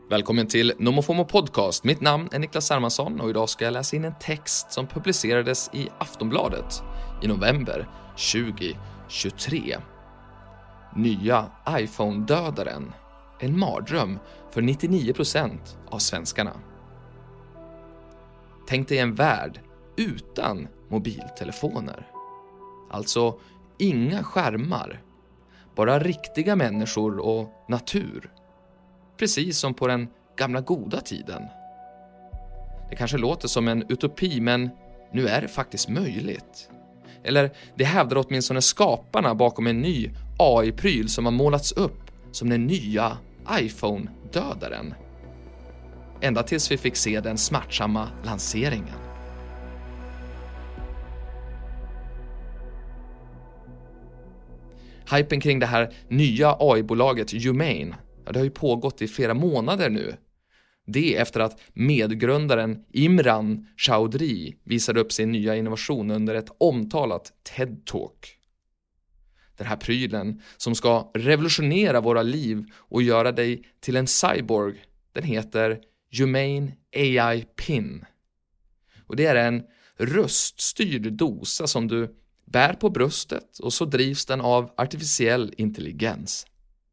Välkommen till NomoFomo Podcast. Mitt namn är Niklas Hermansson och idag ska jag läsa in en text som publicerades i Aftonbladet i november 2023. Nya iPhone-dödaren. En mardröm för 99% av svenskarna. Tänk dig en värld utan mobiltelefoner. Alltså inga skärmar. Bara riktiga människor och natur. Precis som på den gamla goda tiden. Det kanske låter som en utopi, men nu är det faktiskt möjligt. Eller det hävdar åtminstone skaparna bakom en ny AI-pryl som har målats upp som den nya iPhone-dödaren. Ända tills vi fick se den smärtsamma lanseringen. Hypen kring det här nya AI-bolaget Humane, det har ju pågått i flera månader nu. Det efter att medgrundaren Imran Chaudhry visade upp sin nya innovation under ett omtalat TED-talk. Den här prylen som ska revolutionera våra liv och göra dig till en cyborg, den heter Humane AI Pin. Och det är en röststyrd dosa som du bär på bröstet och så drivs den av artificiell intelligens.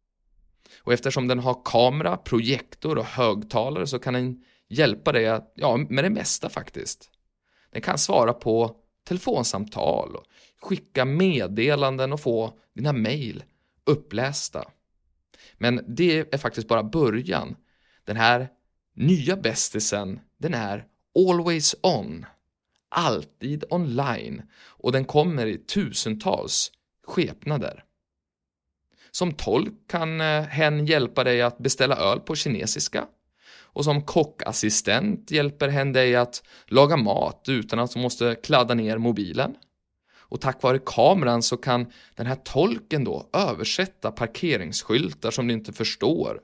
Och eftersom den har kamera, projektor och högtalare så kan den hjälpa dig att, med det mesta faktiskt. Den kan svara på telefonsamtal och skicka meddelanden och få dina mejl upplästa. Men det är faktiskt bara början. Den här nya bästisen, den är always on. Alltid online. Och den kommer i tusentals skepnader. Som tolk kan hen hjälpa dig att beställa öl på kinesiska. Och som kockassistent hjälper hen dig att laga mat utan att du måste kladda ner mobilen. Och tack vare kameran så kan den här tolken då översätta parkeringsskyltar som du inte förstår.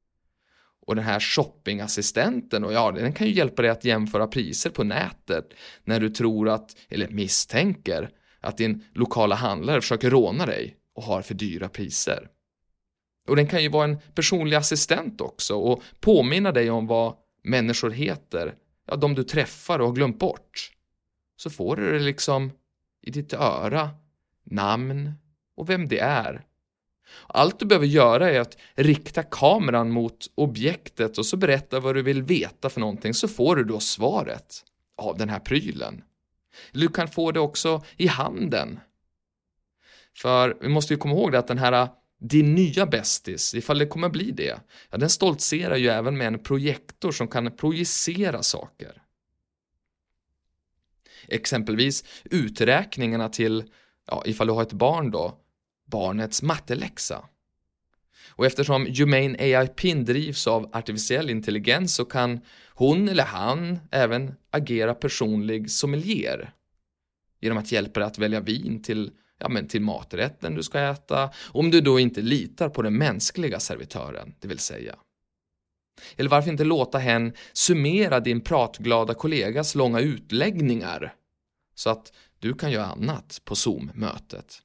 Och den här shoppingassistenten, den kan ju hjälpa dig att jämföra priser på nätet när du tror att, eller misstänker, att din lokala handlare försöker råna dig och har för dyra priser. Och den kan ju vara en personlig assistent också och påminna dig om vad människor heter, de du träffar och har glömt bort. Så får du det liksom i ditt öra, namn och vem det är. Allt du behöver göra är att rikta kameran mot objektet och så berätta vad du vill veta för någonting, så får du då svaret av den här prylen. Du kan få det också i handen. För vi måste ju komma ihåg att den här din nya bästis, ifall det kommer bli det, den stoltserar ju även med en projektor som kan projicera saker. Exempelvis uträkningarna till, ifall du har ett barn då, barnets matteläxa. Och eftersom Humane AI Pin drivs av artificiell intelligens så kan hon eller han även agera personlig sommelier. Genom att hjälpa dig att välja vin till maträtten du ska äta, om du då inte litar på den mänskliga servitören, det vill säga. Eller varför inte låta hen summera din pratglada kollegas långa utläggningar så att du kan göra annat på Zoom-mötet.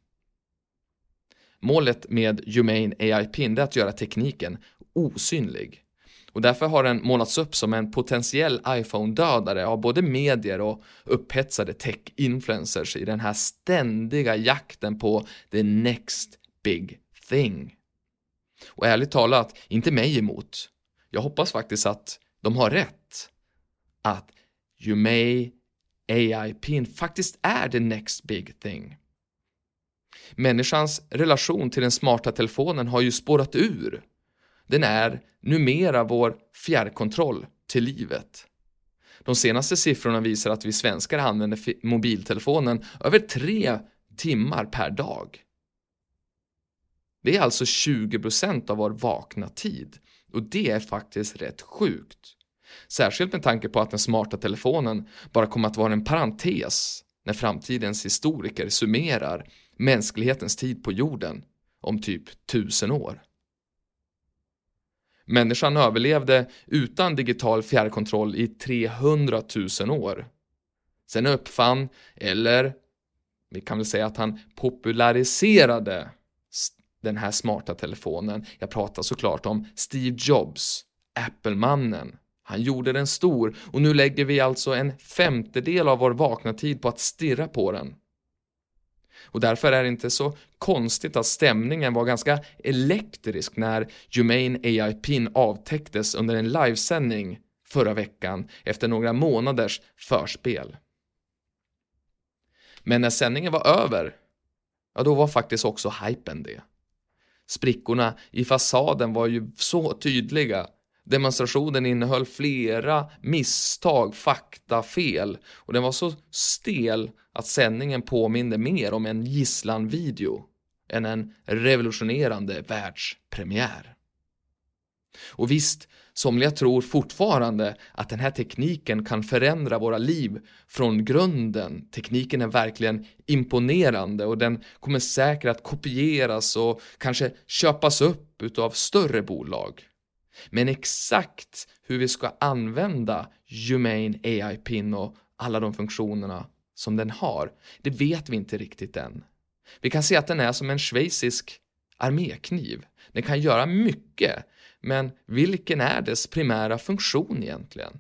Målet med Humane AI Pin är att göra tekniken osynlig. Och därför har den målats upp som en potentiell iPhone-dödare av både medier och upphetsade tech-influencers i den här ständiga jakten på the next big thing. Och ärligt talat, inte mig emot. Jag hoppas faktiskt att de har rätt. Att Humane AI Pin faktiskt är the next big thing. Människans relation till den smarta telefonen har ju spårat ur. Den är numera vår fjärrkontroll till livet. De senaste siffrorna visar att vi svenskar använder mobiltelefonen över 3 timmar per dag. Det är alltså 20% av vår vakna tid. Och det är faktiskt rätt sjukt. Särskilt med tanke på att den smarta telefonen bara kommer att vara en parentes när framtidens historiker summerar mänsklighetens tid på jorden om typ 1000 år. Människan överlevde utan digital fjärrkontroll i 300 000 år. Sen uppfann, eller vi kan väl säga att han populariserade den här smarta telefonen. Jag pratar såklart om Steve Jobs, Apple-mannen. Han gjorde den stor och nu lägger vi alltså 1/5 av vår vakna tid på att stirra på den. Och därför är det inte så konstigt att stämningen var ganska elektrisk när Humane AI-pin avtäcktes under en livesändning förra veckan efter några månaders förspel. Men när sändningen var över, ja då var faktiskt också hypen det. Sprickorna i fasaden var ju så tydliga. Demonstrationen innehöll flera misstag, fakta, fel och den var så stel att sändningen påminde mer om en gisslanvideo än en revolutionerande världspremiär. Och visst, somliga tror fortfarande att den här tekniken kan förändra våra liv från grunden. Tekniken är verkligen imponerande och den kommer säkert att kopieras och kanske köpas upp utav större bolag. Men exakt hur vi ska använda Humane AI-pin och alla de funktionerna som den har, det vet vi inte riktigt än. Vi kan se att den är som en schweizisk armékniv. Den kan göra mycket, men vilken är dess primära funktion egentligen?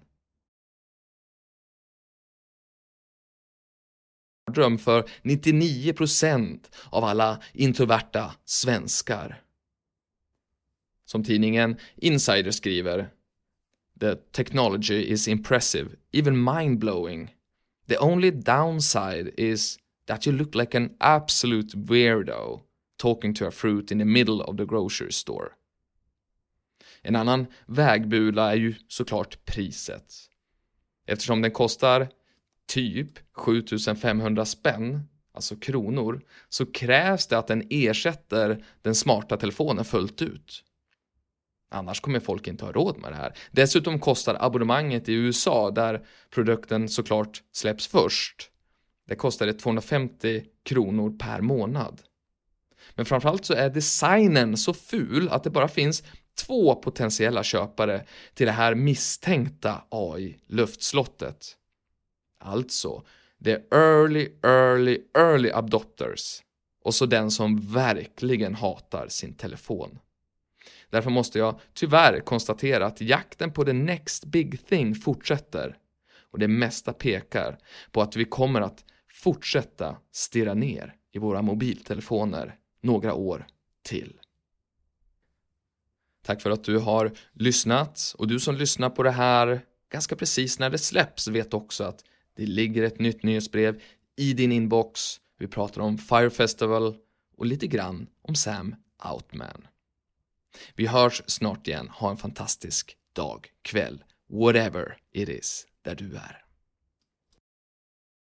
Dröm för 99% av alla introverta svenskar. Som tidningen Insider skriver, "The technology is impressive, even mind-blowing. The only downside is that you look like an absolute weirdo talking to a fruit in the middle of the grocery store." En annan vägbula är ju såklart priset. Eftersom den kostar typ 7500 spänn, alltså kronor, så krävs det att den ersätter den smarta telefonen fullt ut. Annars kommer folk inte ha råd med det här. Dessutom kostar abonnemanget i USA, där produkten såklart släpps först, det kostar det 250 kronor per månad. Men framförallt så är designen så ful att det bara finns 2 potentiella köpare till det här misstänkta AI-luftslottet. Alltså, the early adopters. Och så den som verkligen hatar sin telefon. Därför måste jag tyvärr konstatera att jakten på the next big thing fortsätter. Och det mesta pekar på att vi kommer att fortsätta stirra ner i våra mobiltelefoner några år till. Tack för att du har lyssnat. Och du som lyssnar på det här ganska precis när det släpps vet också att det ligger ett nytt nyhetsbrev i din inbox. Vi pratar om Fire Festival och lite grann om Sam Altman. Vi hörs snart igen. Ha en fantastisk dag, kväll, whatever it is där du är.